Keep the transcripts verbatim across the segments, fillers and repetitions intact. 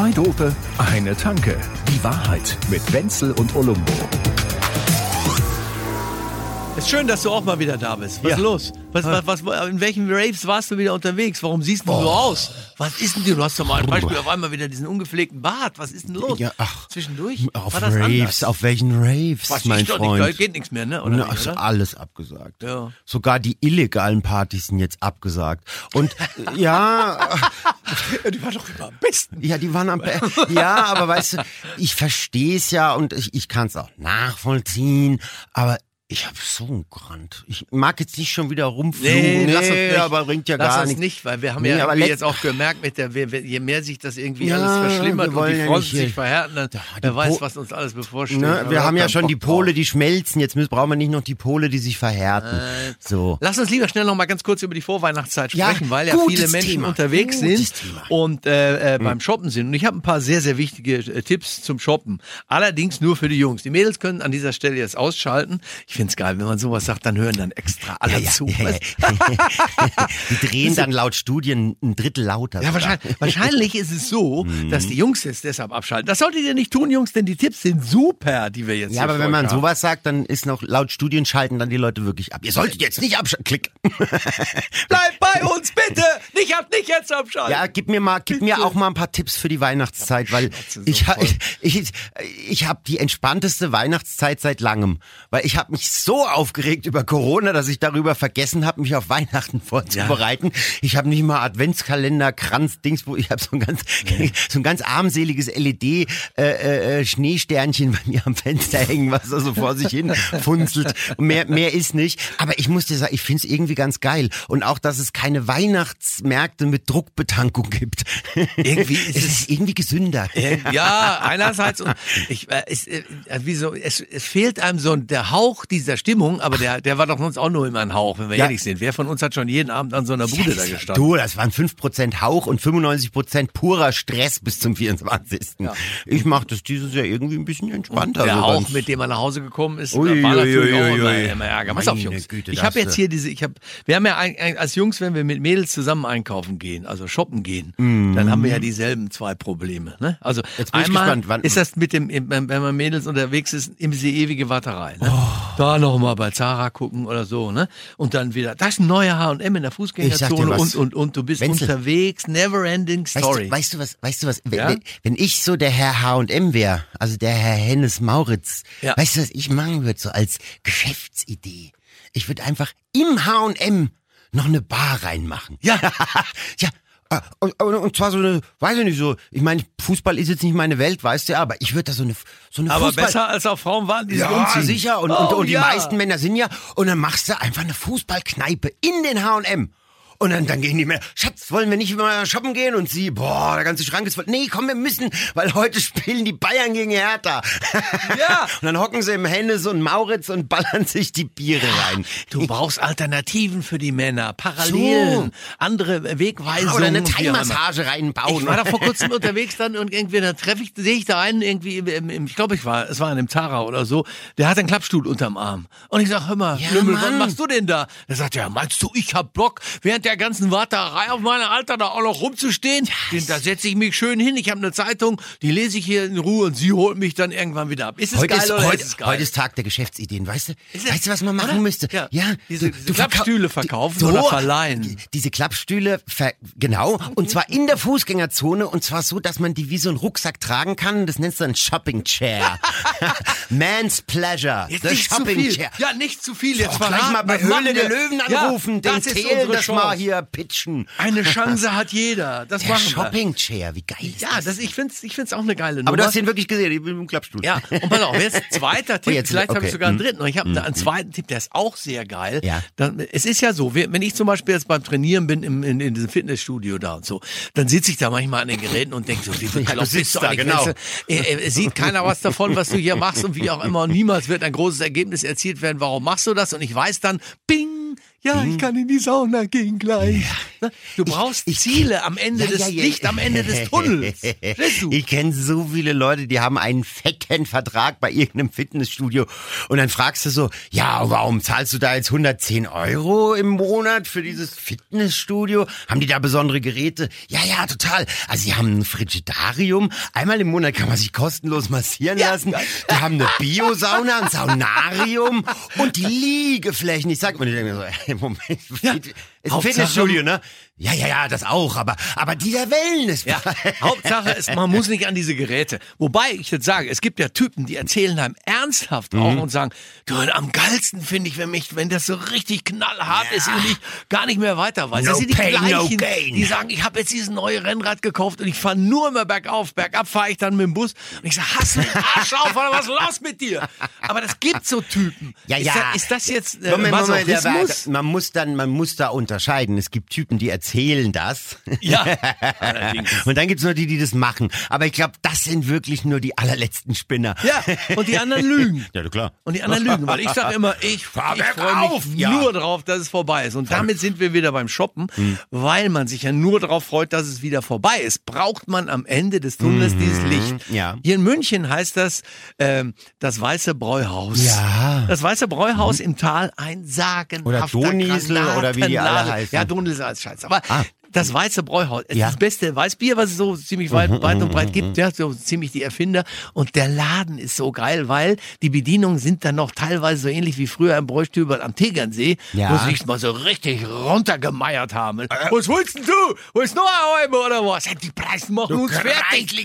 Zwei Dope, eine Tanke. Die Wahrheit mit Wenzel und Olumbo. Ist schön, dass du auch mal wieder da bist. Was Ja. ist los? Was, was, was, in welchen Raves warst du wieder unterwegs? Warum siehst du Oh. so aus? Was ist denn dir? Du hast doch mal ein Beispiel auf einmal wieder diesen ungepflegten Bart. Was ist denn los? Ja, ach, Zwischendurch? Auf War das Raves, anders? auf welchen Raves, Was, mein ich doch Freund? nicht, geht nichts mehr, ne? Oder Na, nicht, ist oder? alles abgesagt. Ja. Sogar die illegalen Partys sind jetzt abgesagt. Und äh, ja, Ja, die war doch immer am besten. ja, die waren am Be Ja, aber weißt du, ich verstehe es ja und ich, ich kann es auch nachvollziehen, aber ich habe so einen Grant. Ich mag jetzt nicht schon wieder rumfluchen. Nee, lass uns nicht. aber bringt ja Lass gar uns nichts. nicht, weil wir haben Nee, ja aber irgendwie letzt- jetzt auch gemerkt, mit der, wir- wir- je mehr sich das irgendwie Ja, alles verschlimmert wir und wollen die ja Fronten nicht hier- sich verhärten, dann, Ja, die wer weiß, Po- was uns alles bevorsteht. Ne, Aber wir haben ja keinen schon die Bock drauf. Pole, die schmelzen. Jetzt müssen, brauchen wir nicht noch die Pole, die sich verhärten. Äh, So. Lass uns lieber schnell noch mal ganz kurz über die Vorweihnachtszeit Ja, sprechen, weil ja gutes viele Menschen Thema. unterwegs Gutes sind Thema. und äh, äh, beim Shoppen sind. Und ich habe ein paar sehr, sehr wichtige äh, Tipps zum Shoppen. Allerdings nur für die Jungs. Die Mädels können an dieser Stelle jetzt ausschalten. Ich find's geil, wenn man sowas sagt, dann hören dann extra alle Ja, ja, zu. ja, ja. Die drehen dann laut Studien ein Drittel lauter. Ja, sogar. wahrscheinlich, wahrscheinlich ist es so, Mhm. dass die Jungs jetzt deshalb abschalten. Das solltet ihr nicht tun, Jungs, denn die Tipps sind super, die wir jetzt Ja, hier aber für wenn euch man haben. sowas sagt, dann ist noch laut Studien schalten dann die Leute wirklich ab. Ihr solltet jetzt nicht abschalten. Klick. Bleib bei uns, bitte! Nicht ab, nicht jetzt abschalten! Ja, gib mir mal, gib mir auch mal ein paar Tipps für die Weihnachtszeit, weil Schnauze so ich, ha- voll. ich, ich, ich habe die entspannteste Weihnachtszeit seit langem, weil ich habe mich so aufgeregt über Corona, dass ich darüber vergessen habe, mich auf Weihnachten vorzubereiten. Ich habe nicht mal Adventskalender, Kranz, Dingsbuch, ich habe so ein ganz, so ein ganz armseliges L E D äh, äh, Schneesternchen bei mir am Fenster hängen, was da so vor sich hin funzelt. Und mehr, mehr ist nicht. Aber ich muss dir sagen, ich finde es irgendwie ganz geil. Und auch, dass es keine Weihnachtsmärkte mit Druckbetankung gibt. Irgendwie ist es es- ist irgendwie gesünder. Ja, einerseits und ich, äh, es, äh, wieso, es, es fehlt einem so der Hauch dieser Stimmung, aber der, der war doch sonst auch nur immer ein Hauch, wenn wir Ja. ehrlich sind. Wer von uns hat schon jeden Abend an so einer Bude da gestanden? Du, das waren fünf Prozent Hauch und fünfundneunzig Prozent purer Stress bis zum vierundzwanzigsten Ja. Ich mache das dieses Jahr irgendwie ein bisschen entspannter. Der so Hauch, ganz- mit dem man nach Hause gekommen ist, Ui, war ui, natürlich ui, auch ui, immer, ui. immer Ärger. Pass auf, Meine Jungs. Güte, ich das habe jetzt ist- hier diese, ich habe, wir haben ja ein, ein, als Jungs, wenn wir mit Mädels zusammen einkaufen gehen, also shoppen gehen, dann haben wir ja dieselben zwei Probleme. Ne? Also Mhm. Jetzt bin ich einmal gespannt, wann- ist das mit dem, wenn man Mädels unterwegs ist, immer diese ewige Warterei. Ne? Oh. Da nochmal bei Zara gucken oder so, ne? Und dann wieder, das ist ein neuer H und M in der Ich sag dir Fußgängerzone was. und, und, und du bist Wenzel. unterwegs, never ending Weißt story. du, weißt du was, weißt du was, wenn, Ja? wenn, wenn ich so der Herr H und M wäre, also der Herr Hennes Mauritz, Ja. weißt du, was ich machen würde, so als Geschäftsidee? Ich würde einfach im H und M noch eine Bar reinmachen. Ja. ja. äh, Und, und, und zwar so eine, weiß ich nicht so, ich meine, Fußball ist jetzt nicht meine Welt, weißt du, aber ich würde da so eine, so eine Aber Fußball... besser als auf Frauen waren, die sich Ja, umziehen. sicher. Und, Oh, und, und die ja. meisten Männer sind ja. Und dann machst du einfach eine Fußballkneipe in den H und M. Und dann, dann gehen die Männer, Schatz, wollen wir nicht mal shoppen gehen? Und sie, boah, der ganze Schrank ist voll. Nee, komm, wir müssen, weil heute spielen die Bayern gegen Hertha. Ja. Und dann hocken sie im Hennes und Mauritz und ballern sich die Biere rein. Du brauchst Alternativen für die Männer, Parallelen, So. andere Wegweisungen. Oder eine und wie auch immer. Thai-Massage reinbauen. Ich war da vor kurzem unterwegs dann und irgendwie, da treffe ich, sehe ich da einen irgendwie, im, im, im, ich glaube, ich war, es war in einem Zara oder so, der hat einen Klappstuhl unterm Arm. Und ich sag, hör mal, Ja, Lümmel, was Mann. machst du denn da? Der sagt, ja, meinst du, ich hab Bock, während der ganzen Warterei auf meiner Alter da auch noch rumzustehen? Den, da setze ich mich schön hin, ich habe eine Zeitung, die lese ich hier in Ruhe und sie holt mich dann irgendwann wieder ab. Ist es Heute geil ist, oder heute, ist es geil? heute ist Tag der Geschäftsideen, weißt du? Ist es- Weißt du, was man machen oder? müsste? Ja. ja Diese- du- diese du verkau- Klappstühle verkaufen die- oder verleihen. die- Diese Klappstühle, ver genau, und zwar in der Fußgängerzone und zwar so, dass man die wie so einen Rucksack tragen kann. Das nennst du ein Shopping Chair. Man's Pleasure. Jetzt The nicht zu Shopping viel. Chair. Ja, nicht zu viel. Jetzt Doch, gleich mal verraten, bei was machen Höhle der wir? Löwen Ja, anrufen, den das ist Thelen unsere das mal Chance. hier pitchen. Eine Chance hat jeder. Das Der machen wir. Shopping Chair, wie geil ist Ja, das? das, ich find's, ich find's auch eine geile Nummer. Aber du hast den wirklich gesehen, ich bin im Klappstuhl. ja, und pass auf, jetzt zweiter Tipp, Oh, jetzt- vielleicht habe ich okay. sogar einen Mhm. dritten. Und ich habe einen zweiten Tipp, der ist auch sehr geil. Ja. Dann, es ist ja so, wenn ich zum Beispiel jetzt beim Trainieren bin im, in, in diesem Fitnessstudio da und so, dann sitze ich da manchmal an den Geräten und denke so, wie viel Ja, du sitzt da, genau. Äh, äh, sieht keiner was davon, was du hier machst und wie auch immer. Und niemals wird ein großes Ergebnis erzielt werden. Warum machst du das? Und ich weiß dann, bing, ja, ich kann in die Sauna gehen gleich. Du brauchst ich, Ziele am Ende ja, des ja, ja. Licht am Ende des Tunnels. Verstehst du? Ich kenne so viele Leute, die haben einen fetten Vertrag bei irgendeinem Fitnessstudio und dann fragst du so, ja, warum zahlst du da jetzt hundertzehn Euro im Monat für dieses Fitnessstudio? Haben die da besondere Geräte? Ja, ja, total. Also sie haben ein Frigidarium, einmal im Monat kann man sich kostenlos massieren Ja. lassen. Die haben eine Biosauna, ein Saunarium und die Liegeflächen. Ich sag mal, ich denke mir so, ey, Moment, Ja. ist ein Hauptsache- Fitnessstudio, ne? Ja, ja, ja, das auch, aber, aber dieser Wellness. Ja, Hauptsache ist, man muss nicht an diese Geräte. Wobei ich jetzt sage, es gibt ja Typen, die erzählen einem ernsthaft auch und sagen, du, am geilsten finde ich, wenn mich, wenn das so richtig knallhart Ja. ist und ich gar nicht mehr weiter weiß. No das sind die pain, no gleichen, gain. die sagen, ich habe jetzt dieses neue Rennrad gekauft und ich fahre nur immer bergauf. Bergab fahre ich dann mit dem Bus und ich sage, hast du den Arsch auf oder was ist los mit dir? Aber das gibt so Typen. Ja, ist ja. Da, ist das jetzt äh, Moment, Moment, der war- Masochismus? man muss dann, man muss da unterscheiden. Es gibt Typen, die erzählen das. Ja, allerdings. Und dann gibt's nur die, die das machen. Aber ich glaube, das sind wirklich nur die allerletzten Spinner. Ja, und die anderen lügen. Ja, klar. Und die anderen lügen, weil ich sage immer, ich, Fahr ich bergauf, freue mich ja. nur drauf, dass es vorbei ist. Und damit sind wir wieder beim Shoppen, weil man sich ja nur darauf freut, dass es wieder vorbei ist. Braucht man am Ende des Tunnels dieses Licht. ja. Hier in München heißt das ähm, das Weiße Bräuhaus. Ja. Das Weiße Bräuhaus im Tal, ein sagenhafter Oder Donisel oder wie die alle Granatenladen. heißen. Ja, Donisel als Scheiß. Aber Ah. das Weiße Bräuhaus ist Ja. das beste Weißbier, was es so ziemlich weit, weit und breit gibt. Ja, so ziemlich die Erfinder. Und der Laden ist so geil, weil die Bedienungen sind dann noch teilweise so ähnlich wie früher im Bräustüber am Tegernsee, Ja. wo sie sich mal so richtig runtergemeiert haben. Was willst denn du? Willst du noch eine Räume oder was? Die Preise machen uns fertig.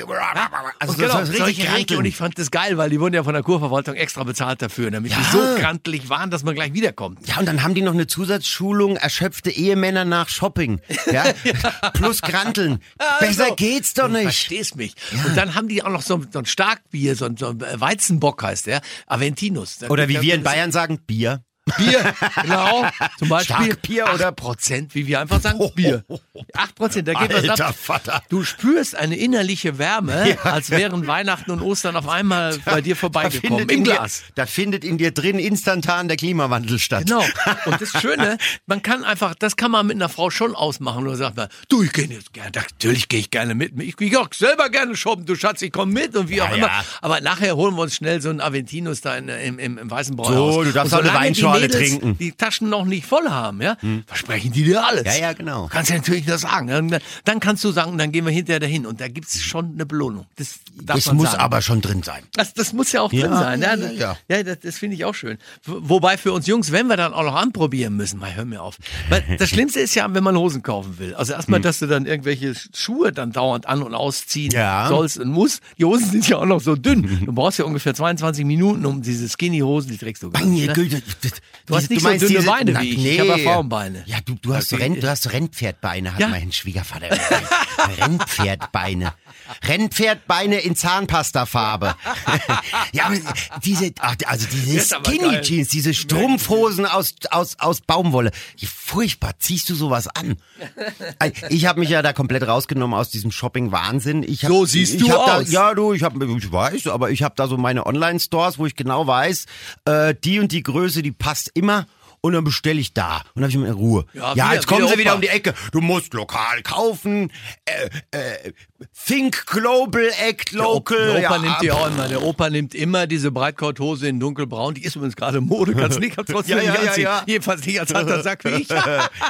Also Und genau, das ist richtig solche Regeln. Und rankeln. ich fand das geil, weil die wurden ja von der Kurverwaltung extra bezahlt dafür, damit Ja. die so grantelig waren, dass man gleich wiederkommt. Ja, und dann haben die noch eine Zusatzschulung, erschöpfte Ehemänner nach Shopping. Ja? Plus Granteln. Besser Also, geht's doch Du nicht. verstehst mich. Und dann haben die auch noch so, so ein Starkbier, so ein, so ein Weizenbock heißt der, Aventinus. Oder wie Der- wir in Bayern sagen, Bier. Bier, genau. Zum Beispiel Starkbier oder- acht Prozent, wie wir einfach sagen, Bier. acht Prozent, da geht was Alter ab. Vater. Du spürst eine innerliche Wärme, als wären Weihnachten und Ostern auf einmal bei dir Da vorbeigekommen, findet, im in dir, Glas. da findet in dir drin instantan der Klimawandel statt. Genau. Und das Schöne, man kann einfach, das kann man mit einer Frau schon ausmachen. Oder sagt man, du, ich gehe jetzt gerne, natürlich gehe ich gerne mit. Ich gehe auch selber gerne shoppen, du Schatz, ich komme mit und wie auch Ja, immer. ja. Aber nachher holen wir uns schnell so einen Aventinus da in, im, im, im Weißen Bräuhaus. So, du darfst Und auch eine solange die Weinschorle Mädels trinken. die Taschen noch nicht voll haben, ja, versprechen die dir alles. Ja, ja, genau. Du kannst ja natürlich das sagen. Dann, dann kannst du sagen, dann gehen wir hinterher dahin. Und da gibt's schon eine Belohnung. Das darf Das man muss sagen. aber schon drin sein. Das, das muss ja auch drin Ja, sein. ja, Ja, ja, ja. ja das, das finde ich auch schön. W- Wobei für uns Jungs, wenn wir dann auch noch anprobieren müssen, mal hör mir auf. Weil das Schlimmste ist ja, wenn man Hosen kaufen will. Also erstmal, dass du dann irgendwelche Schuhe dann dauernd an- und ausziehen Ja. sollst und musst. Die Hosen sind ja auch noch so dünn. Du brauchst ja ungefähr zweiundzwanzig Minuten, um diese Skinny-Hosen, die trägst du gar nicht. Meine Ne? Güte, das- Du hast diese- nicht so meinst dünne diese- Beine Na, wie ich. Nee. Ich habe ja Frauenbeine. Ja, du, du, hast Okay. Renn, du hast Rennpferdbeine, hat Ja. mein Schwiegervater gesagt. Rennpferdbeine. Rennpferdbeine in Zahnpastafarbe. Ja, aber diese, ach, also diese Ist aber Skinny geil. Jeans, diese Strumpfhosen aus, aus, aus Baumwolle. Wie furchtbar, ziehst du sowas an? Ich habe mich ja da komplett rausgenommen aus diesem Shopping-Wahnsinn. Ich hab, So siehst ich du hab aus. Da, ja, du, ich, hab, ich weiß, aber ich habe da so meine Online-Stores, wo ich genau weiß, äh, die und die Größe, die passt immer. Und dann bestelle ich da. Und dann habe ich mir Ruhe. Ja, Ja, wieder- jetzt kommen wieder sie wieder Opa. um die Ecke. Du musst lokal kaufen. Äh, äh, think global, act local. Der Opa ja, nimmt die auch immer. Der Opa nimmt immer diese Breitkorthose in dunkelbraun. Die ist übrigens gerade Mode. Kannst nicht, kannst trotzdem Ja, ja, nicht ja, anziehen. ja. Jedenfalls nicht als alter Sack wie ich. also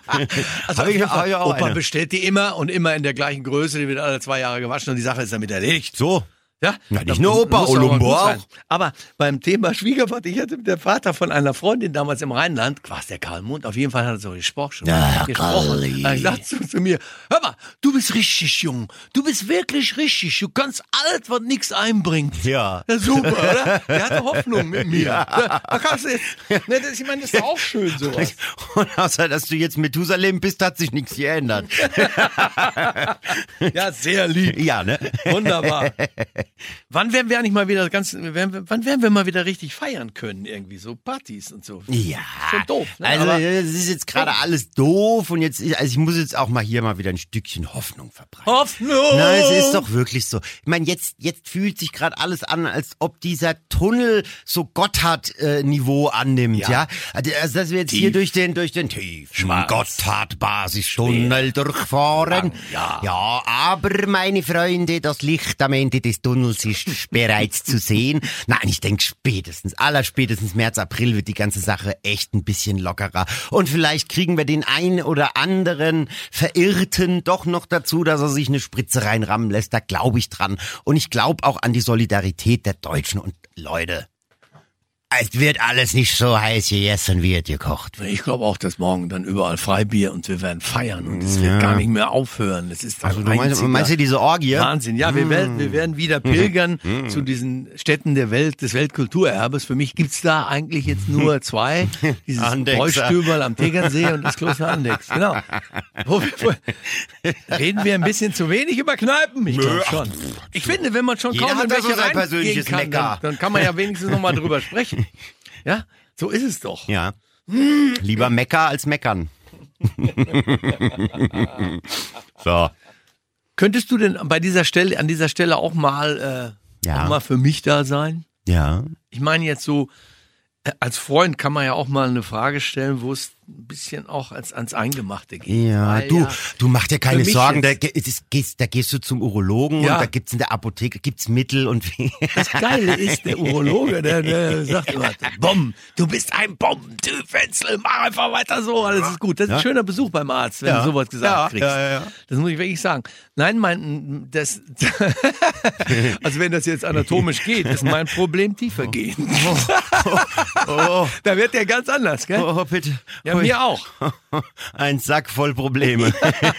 Hab auf ich- jeden Fall, hab ich auch Opa eine. bestellt die immer und immer in der gleichen Größe. Die wird alle zwei Jahre gewaschen und die Sache ist damit erledigt. So. Ja, Na, nicht Da nur Opa, muss aber Olumbo gut auch. sein. Aber beim Thema Schwiegervater, ich hatte mit der Vater von einer Freundin damals im Rheinland, was der Karl Mund, auf jeden Fall hat er so gesprochen. Ja, gesprochen. Karli. Er sagt zu, zu mir, hör mal, du bist richtig jung, du bist wirklich richtig, du kannst alles, was nichts einbringt. Ja. Ja, super, oder? Der hatte Hoffnung mit mir. Ja. Da kannst du jetzt, ne, das, ich meine, das ist auch schön sowas. Und außer, dass du jetzt Methusalem bist, hat sich nichts geändert. Ja, sehr lieb. Ja, ne? Wunderbar. Wann werden wir eigentlich mal wieder ganz, werden wir, wann werden wir mal wieder richtig feiern können, irgendwie so Partys und so? Ja. Schon doof, ne? Also, Aber das ist jetzt gerade alles doof und jetzt, also ich muss jetzt auch mal hier mal wieder ein Stückchen Hoffnung verbreiten. Hoffnung! Nein, es ist doch wirklich so. Ich meine, jetzt, jetzt fühlt sich gerade alles an, als ob dieser Tunnel so Gotthard-Niveau annimmt, ja? Ja. Also, dass wir jetzt Tief. hier durch den, durch den tiefen Schwarz. Gotthard-Basistunnel durchfahren. Lang, ja. Ja, aber meine Freunde, das Licht am Ende des Tunnels ist bereits zu sehen. Nein, ich denke spätestens, allerspätestens März, April wird die ganze Sache echt ein bisschen lockerer. Und vielleicht kriegen wir den einen oder anderen Verirrten doch noch dazu, dass er sich eine Spritze reinrammen lässt. Da glaube ich dran. Und ich glaube auch an die Solidarität der Deutschen. Und Leute, es wird alles nicht so heiß gegessen, wie es gekocht wird. Ich glaube auch, dass morgen dann überall Freibier und wir werden feiern und es wird gar nicht mehr aufhören. Das ist Also du meinst, meinst du diese Orgie? Wahnsinn. Ja, wir werden, wir werden wieder pilgern zu diesen Städten der Welt, des Weltkulturerbes. Für mich gibt's da eigentlich jetzt nur zwei. Dieses Andechser. Bräustüberl am Tegernsee und das Kloster Andex. Genau. Wo wir, wo, reden wir ein bisschen zu wenig über Kneipen? Ich glaube schon. Ich finde, wenn man schon Jeder kaum hat in da so welche sein reingehen persönliches kann, Mecker. dann, dann kann man ja wenigstens noch mal drüber sprechen. Ja, so ist es doch. Ja. Lieber Mecker als meckern. So. Könntest du denn bei dieser Stelle, an dieser Stelle auch mal, äh, Ja. auch mal für mich da sein? Ja. Ich meine jetzt so, äh, als Freund kann man ja auch mal eine Frage stellen, wo es ein bisschen auch als, ans Eingemachte geht. Ja, Weil du, ja, du mach dir keine für mich Sorgen, da, jetzt- ge- es gehst, da gehst du zum Urologen Ja. und da gibt's in der Apotheke gibt's Mittel und Das Geile ist, der Urologe, der, der sagt immer, Bom, du bist ein Bombentyp, Wenzel, mach einfach weiter so, alles ist gut. Das ist ein schöner Besuch beim Arzt, wenn Ja. du sowas gesagt Ja, kriegst. ja, ja, ja. Das muss ich wirklich sagen. Nein, mein, das, also wenn das jetzt anatomisch geht, ist mein Problem tiefer gehen. oh, Da wird der ganz anders, gell? oh, bitte. Ja, Ui. mir auch. Ein Sack voll Probleme.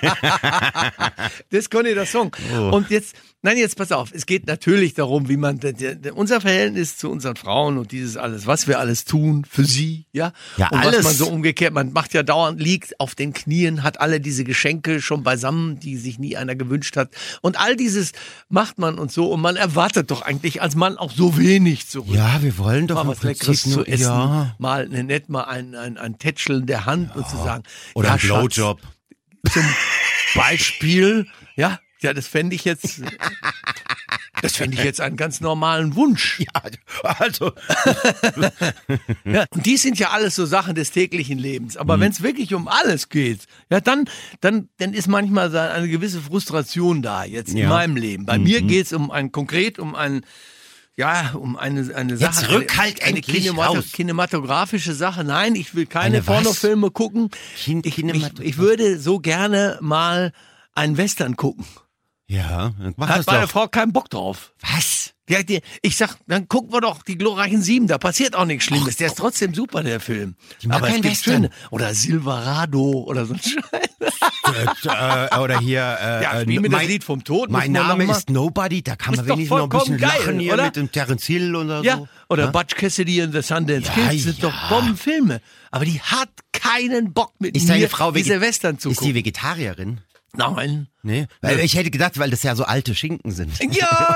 Das konnte das Song. Oh. Und jetzt, nein, jetzt pass auf. Es geht natürlich darum, wie man, der, der, unser Verhältnis zu unseren Frauen und dieses alles, was wir alles tun für sie, ja. Ja, und alles. was man so umgekehrt, man macht ja dauernd, liegt auf den Knien, hat alle diese Geschenke schon beisammen, die sich nie einer gewünscht hat. Und all dieses macht man und so. Und man erwartet doch eigentlich als Mann auch so wenig zurück. Ja, wir wollen doch Mal im was Prinzip Leckeres nur- zu essen, Ja. mal ne, nett mal ein, ein, ein Tätscheln der Hand und zu sagen, Oder ja, ein Schatz, Blowjob. zum Beispiel, ja, ja, das fände ich jetzt, das fände ich jetzt einen ganz normalen Wunsch. Ja, also, Ja, und die sind ja alles so Sachen des täglichen Lebens. Aber Mhm. wenn es wirklich um alles geht, ja, dann, dann, dann ist manchmal so eine gewisse Frustration da jetzt in Ja. meinem Leben. Bei mir geht es um ein konkret um ein ja, um eine, eine Jetzt Sache. rück halt eine endlich Kinemato- raus. kinematografische Sache. Nein, ich will keine Eine was? Pornofilme gucken. Kin- Ich, ich, Kinemat- ich würde so gerne mal einen Western gucken. ja, mach Hat das meine doch. Frau keinen Bock drauf. Was? Ja, die, ich sag, dann gucken wir doch die glorreichen Sieben, da passiert auch nichts Schlimmes. Der ist trotzdem super, der Film. mag Aber es kein gibt Western. schöne. Oder Silverado oder so ein Scheiß. äh, oder hier, äh, Ja, äh, spiel mir das mein, Lied vom Tod. mein muss man Name noch mal- ist Nobody, da kann man Ist doch wenigstens noch ein bisschen vollkommen geil, lachen hier oder? mit dem Terence Hill oder Ja, so. oder Ja? Butch Cassidy and the Sundance Ja, Kids sind ja. doch Bombenfilme. Aber die hat keinen Bock mit Ist mir, deine Frau diese Vege- Western zu Ist die gucken. Vegetarierin? Nein. Nee. Weil ich hätte gedacht, weil das ja so alte Schinken sind. Ja,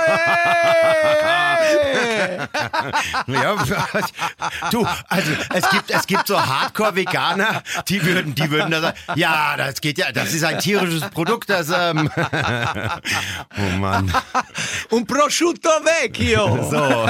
ey! Ja, du, also es gibt es gibt so Hardcore-Veganer, die würden die würden da sagen, ja, das geht ja, das ist ein tierisches Produkt, das ähm oh Mann. Und Prosciutto vecchio. So.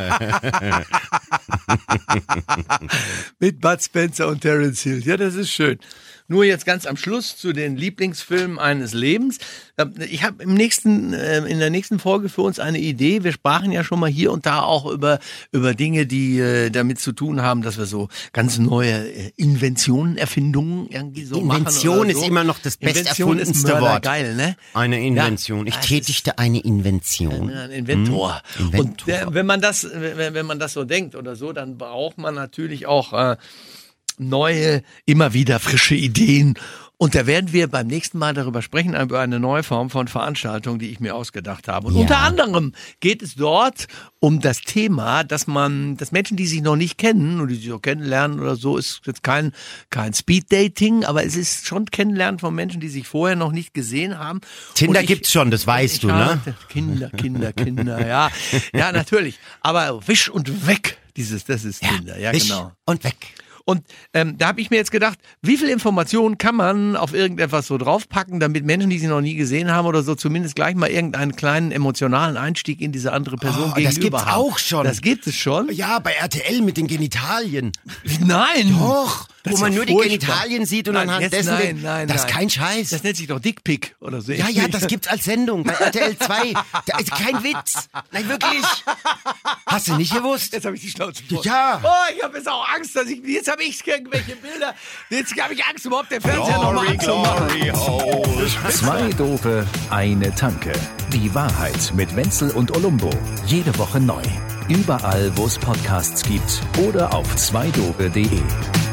Mit Bud Spencer und Terence Hill. Ja, das ist schön. Nur jetzt ganz am Schluss zu den Lieblingsfilmen eines Lebens. Ich habe im nächsten, äh, in der nächsten Folge für uns eine Idee. Wir sprachen ja schon mal hier und da auch über, über Dinge, die äh, damit zu tun haben, dass wir so ganz neue äh, Inventionen, Erfindungen irgendwie so machen. Invention oder so. ist immer noch das Invention besterfundenste ist Wort. geil, ne? Eine Invention. Ja, Ich das tätigte eine Invention. Ein Inventor. Hm, Inventor. Und der, wenn man das, wenn, wenn man das so denkt oder so, dann braucht man natürlich auch äh, neue, immer wieder frische Ideen. Und da werden wir beim nächsten Mal darüber sprechen, über eine neue Form von Veranstaltung, die ich mir ausgedacht habe. Und Ja. unter anderem geht es dort um das Thema, dass man, dass Menschen, die sich noch nicht kennen und die sich auch kennenlernen oder so, ist jetzt kein, kein Speed-Dating, aber es ist schon Kennenlernen von Menschen, die sich vorher noch nicht gesehen haben. Tinder Und ich- gibt's schon, das weißt ich du, ne? habe- Kinder, Kinder, Kinder, ja. Ja, natürlich. Aber wisch und weg, dieses, das ist Tinder, ja, Wisch genau. und weg. Und ähm, da habe ich mir jetzt gedacht, wie viel Informationen kann man auf irgendetwas so draufpacken, damit Menschen, die sie noch nie gesehen haben oder so, zumindest gleich mal irgendeinen kleinen emotionalen Einstieg in diese andere Person Oh, gegenüber das gibt's haben. auch schon. Das gibt es schon? Ja, bei R T L mit den Genitalien. Nein! Doch, Das wo ist man ja nur die furchtbar. Genitalien sieht und Nein, anhand jetzt dessen... nein, den- nein, das ist nein. kein Scheiß. Das nennt sich doch Dickpick oder so. Ja, ja, das gibt's als Sendung bei R T L zwei. Das ist kein Witz. Nein, wirklich. Hast du nicht gewusst? Jetzt habe ich die Schnauze voll. Ja. Oh, ich habe jetzt auch Angst, dass ich... Jetzt habe ich irgendwelche Bilder. Jetzt habe ich Angst, überhaupt der Fernseher nochmal anzumachen. Zwei Dope, eine Tanke. Die Wahrheit mit Wenzel und Olumbo. Jede Woche neu. Überall, wo es Podcasts gibt oder auf zweidope punkt de.